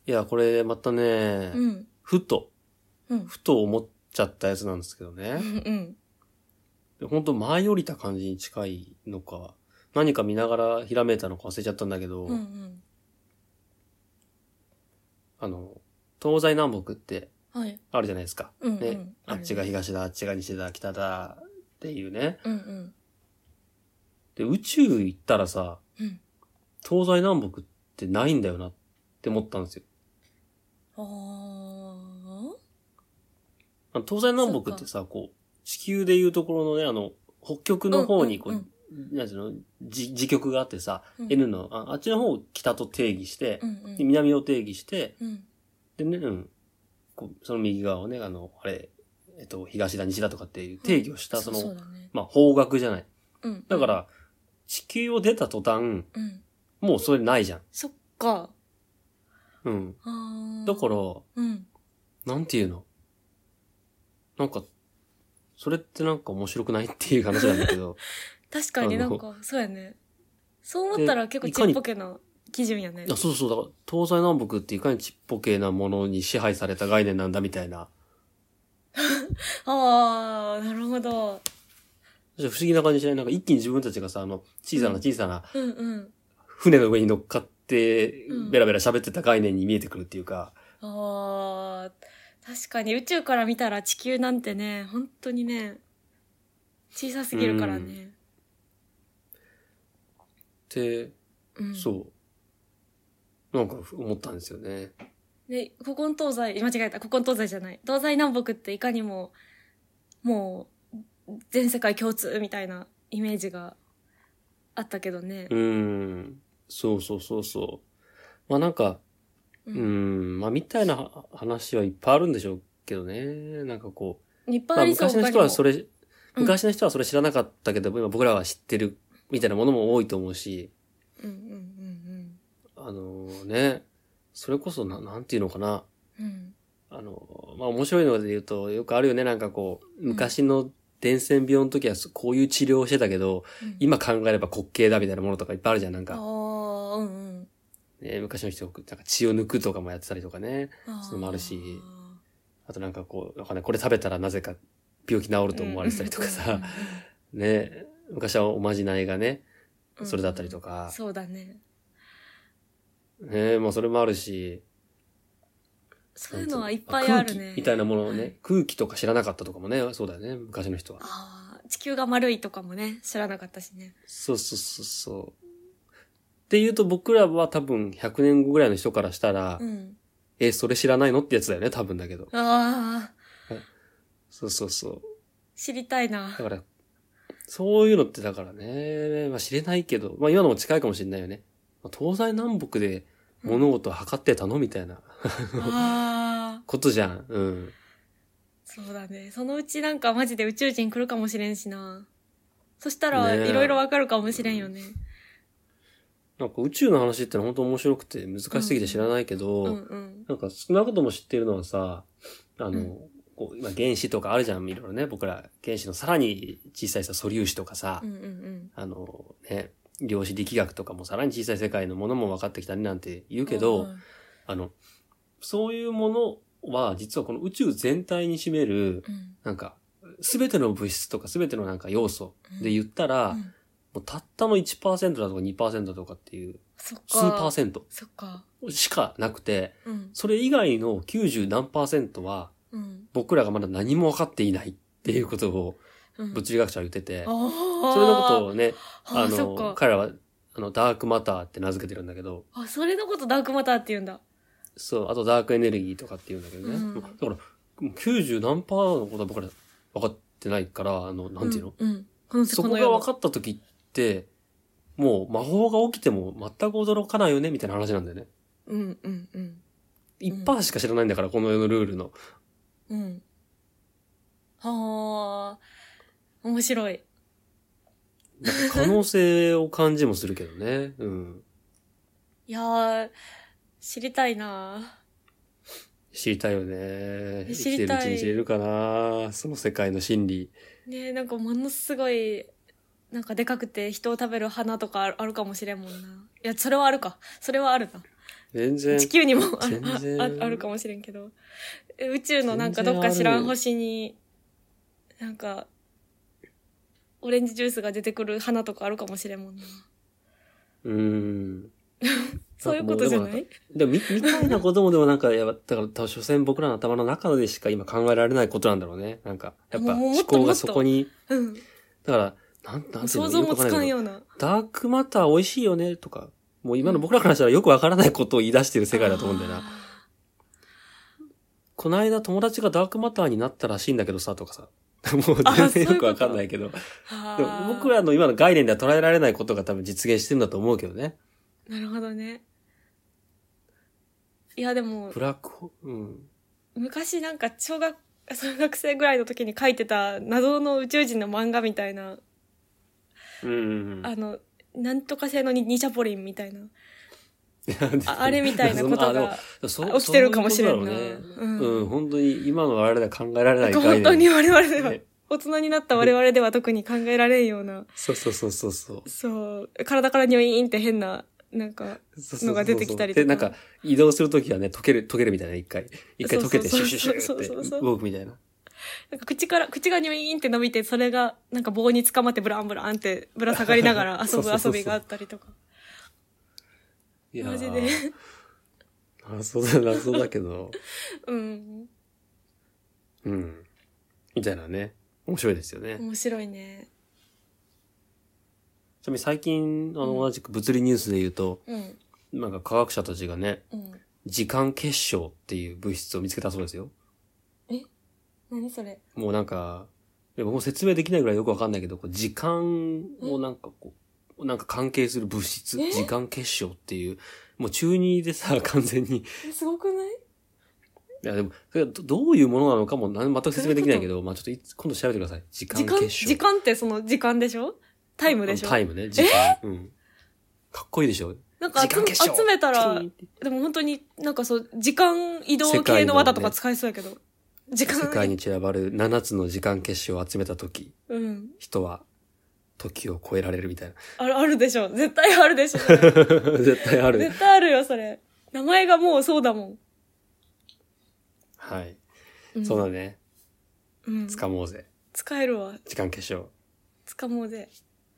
いや、これまたね、 うん。 ふとうん。 思っちゃったやつなんですけどうね。 ん。 本当舞い降りた感じに近いのか、何か見ながらひらめいたのか忘れちゃったんだけうん。うど、 ん。 あの、東西南北ってはい。 あるじゃないですか。 うんうね。 ん。 あっちが東だ、あっちが西だ、北だっていうね。 うんうん。 で、宇宙行ったらさ、 うん。 東西南北ってないんだよなって思ったんですよ。 ああ。 東西南そうか。 北ってさ、こう、地球でいうところのね、北極の方にこう、なんていうの、自極があってさ、 うん N の、あっちの方を北と定義して、 うんで南を定義して、 うん。 でね、こうその右側をね、東だ西だとかっていう定義をした、 そうだね。 まあ、方角じゃない。 うん。 だから、地球を出た途端、 うん。 もうそれないじゃん。 そっか。 うん。 ああ。 だから、 うん。 なんていうのなんか、それってなんか面白くないっていう話なんだけど。 確かになんか、そうやね。そう思ったら結構ちっぽけな基準やね。 そうそう、だから東西南北っていかにちっぽけなものに支配された概念なんだみたいな。 ああ、なるほど。 不思議な感じしないなんか一気に自分たちがさ、小さな小さなうんうん。 船の上に乗っかって、 うんベラベラ喋ってた概念に見えてくるっていうか。 ああ、確かに宇宙から見たら地球なんてね、本当にね、小さすぎるからね。 で、 うん。 そう。なんか思ったんですよね。 で、古今東西、間違えた、古今東西じゃない。東西南北っていかにも、もう、全世界共通みたいなイメージがあったけどね。 そうそうそうそう。まあなんか、まあみたいな話はいっぱいあるんでしょうけどね。なんかこう。 いっぱいありそう、 昔の人はそれ、 うん昔の人はそれ知らなかったけど、今僕らは知ってるみたいなものも多いと思うし、 うんうんそれこそなんていうのかな。 うんうんまあ面白いので言うと、よくあるよね。なんかこう、昔の伝染病の時はこういう治療をしてたけど、今考えれば滑稽だみたいなものとかいっぱいあるじゃん、なんか。 ああ、うんうん。 昔の人、なんか血を抜くとかもやってたりとかね。それもあるし、あとなんかこう、なんかね、これ食べたらなぜか病気治ると思われてたりとかさ、ね、昔はおまじないがね、それだったりとか。 そうだね。 ね、まあそれもあるし、 そういうのはいっぱいあるね。 空気みたいなものをね、空気とか知らなかったとかもね、そうだよね、昔の人は。 ああ、地球が丸いとかもね、知らなかったしね。 そうそうそうそう。っていうと僕らは多分100年後ぐらいの人からしたら、それ知らないのってやつだよね、多分だけど。 ああ。 そうそうそう。 知りたいな。 だから、そういうのってだからね、まあ知れないけど、まあ今のも近いかもしれないよね。東西南北で物事を測ってたのみたいなことじゃん。うん。 そうだね。そのうちなんかマジで宇宙人来るかもしれんしな。そしたらいろいろわかるかもしれんよね。 なんか宇宙の話ってのは本当面白くて難しすぎて知らないけど、なんか少なくとも知ってるのはさ、こう今原子とかあるじゃん、いろいろね。僕ら原子のさらに小さいさ、素粒子とかさ、量子力学とかもさらに小さい世界のものも分かってきたねなんて言うけど、そういうものは実はこの宇宙全体に占める、なんか、すべての物質とかすべてのなんか要素で言ったら、もうたったの 1% だとか 2% とかっていう、数パーセントしかなくて、それ以外の90何%は、僕らがまだ何も分かっていないっていうことを物理学者は言ってて、それのことをね、彼らはダークマターって名付けてるんだけど、 それのことダークマターって言うんだ。 そう、あとダークエネルギーとかって言うんだけどね。だから、90何パーのことは僕ら分かってないから、なんていうの、そこが分かった時って、もう魔法が起きても全く驚かないよね、みたいな話なんだよね。1% しか知らないんだから、この世のルールの。 はあ、面白い。 なんか可能性を感じもするけどね。 いやー、知りたいな。 知りたいよね。 知りたい。 生きてるうちに知れるかな、その世界の真理。 ね、なんかものすごい、なんかでかくて人を食べる花とかあるかもしれんもんな。いや、それはあるか。それはあるな。 全然。 地球にもあるかもしれんけど。宇宙のなんかどっか知らん星に、なんか、オレンジジュースが出てくる花とかあるかもしれんもんな。そういうことじゃない？ でもみたいなこともでもなんか、だから所詮僕らの頭の中でしか今考えられないことなんだろうね。なんか、やっぱ思考がそこに。 うん。 だから、なんていうの想像もつかんような。 ダークマター美味しいよねとか、もう今の僕らからしたらよくわからないことを言い出してる世界だと思うんだよな。この間友達がダークマターになったらしいんだけどさ、とかさ。もう全然よくわかんないけど。でも僕らの今の概念では捉えられないことが多分実現してるんだと思うけどね。 なるほどね。いやでも、 ブラックホール、うん。 昔なんか小学生ぐらいの時に書いてた謎の宇宙人の漫画みたいな、なんとか製のニチャポリンみたいな。あれみたいなことが起きてるかもしれんな。 本当に今の我々では考えられない概念。 本当に我々では、大人になった我々では特に考えられんような。 そう。 そう。体からニョイーンって変な、なんか、のが出てきたりとか。 で、なんか、移動するときはね、溶けるみたいな、一回溶けて、シュシュシュって動くみたいな。 なんか口がニョイーンって伸びて、それが、なんか棒に捕まってブランブランってぶら下がりながら遊ぶ遊びがあったりとか。 いやマジで。 そうだけど。 うん。 みたいなね。面白いですよね。 面白いね。 ちなみに最近、同じく物理ニュースで言うと、なんか科学者たちがね、時間結晶っていう物質を見つけたそうですよ。 何それ？ もうなんか、僕も説明できないぐらいよくわかんないけど、時間をなんかなんか関係する物質、時間結晶っていう、もう中二でさ、完全に。 すごくない？ いやでも、それがどういうものなのかも全く説明できないけど、まあちょっと今度調べてください。時間結晶。 時間ってその時間でしょ？タイムでしょ？ タイムね、時間。かっこいいでしょ？ なんか集めたら、でも本当になんか時間移動系の技とか使えそうやけど。 世界に散らばる7つの時間結晶を集めたとき、人は時を超えられるみたいな。 あるでしょ。絶対あるでしょ。 絶対ある。 絶対あるよ、それ。名前がもうそうだもん。 はい。そうだね。掴もうぜ。 使えるわ。 時間結晶。 掴もうぜ。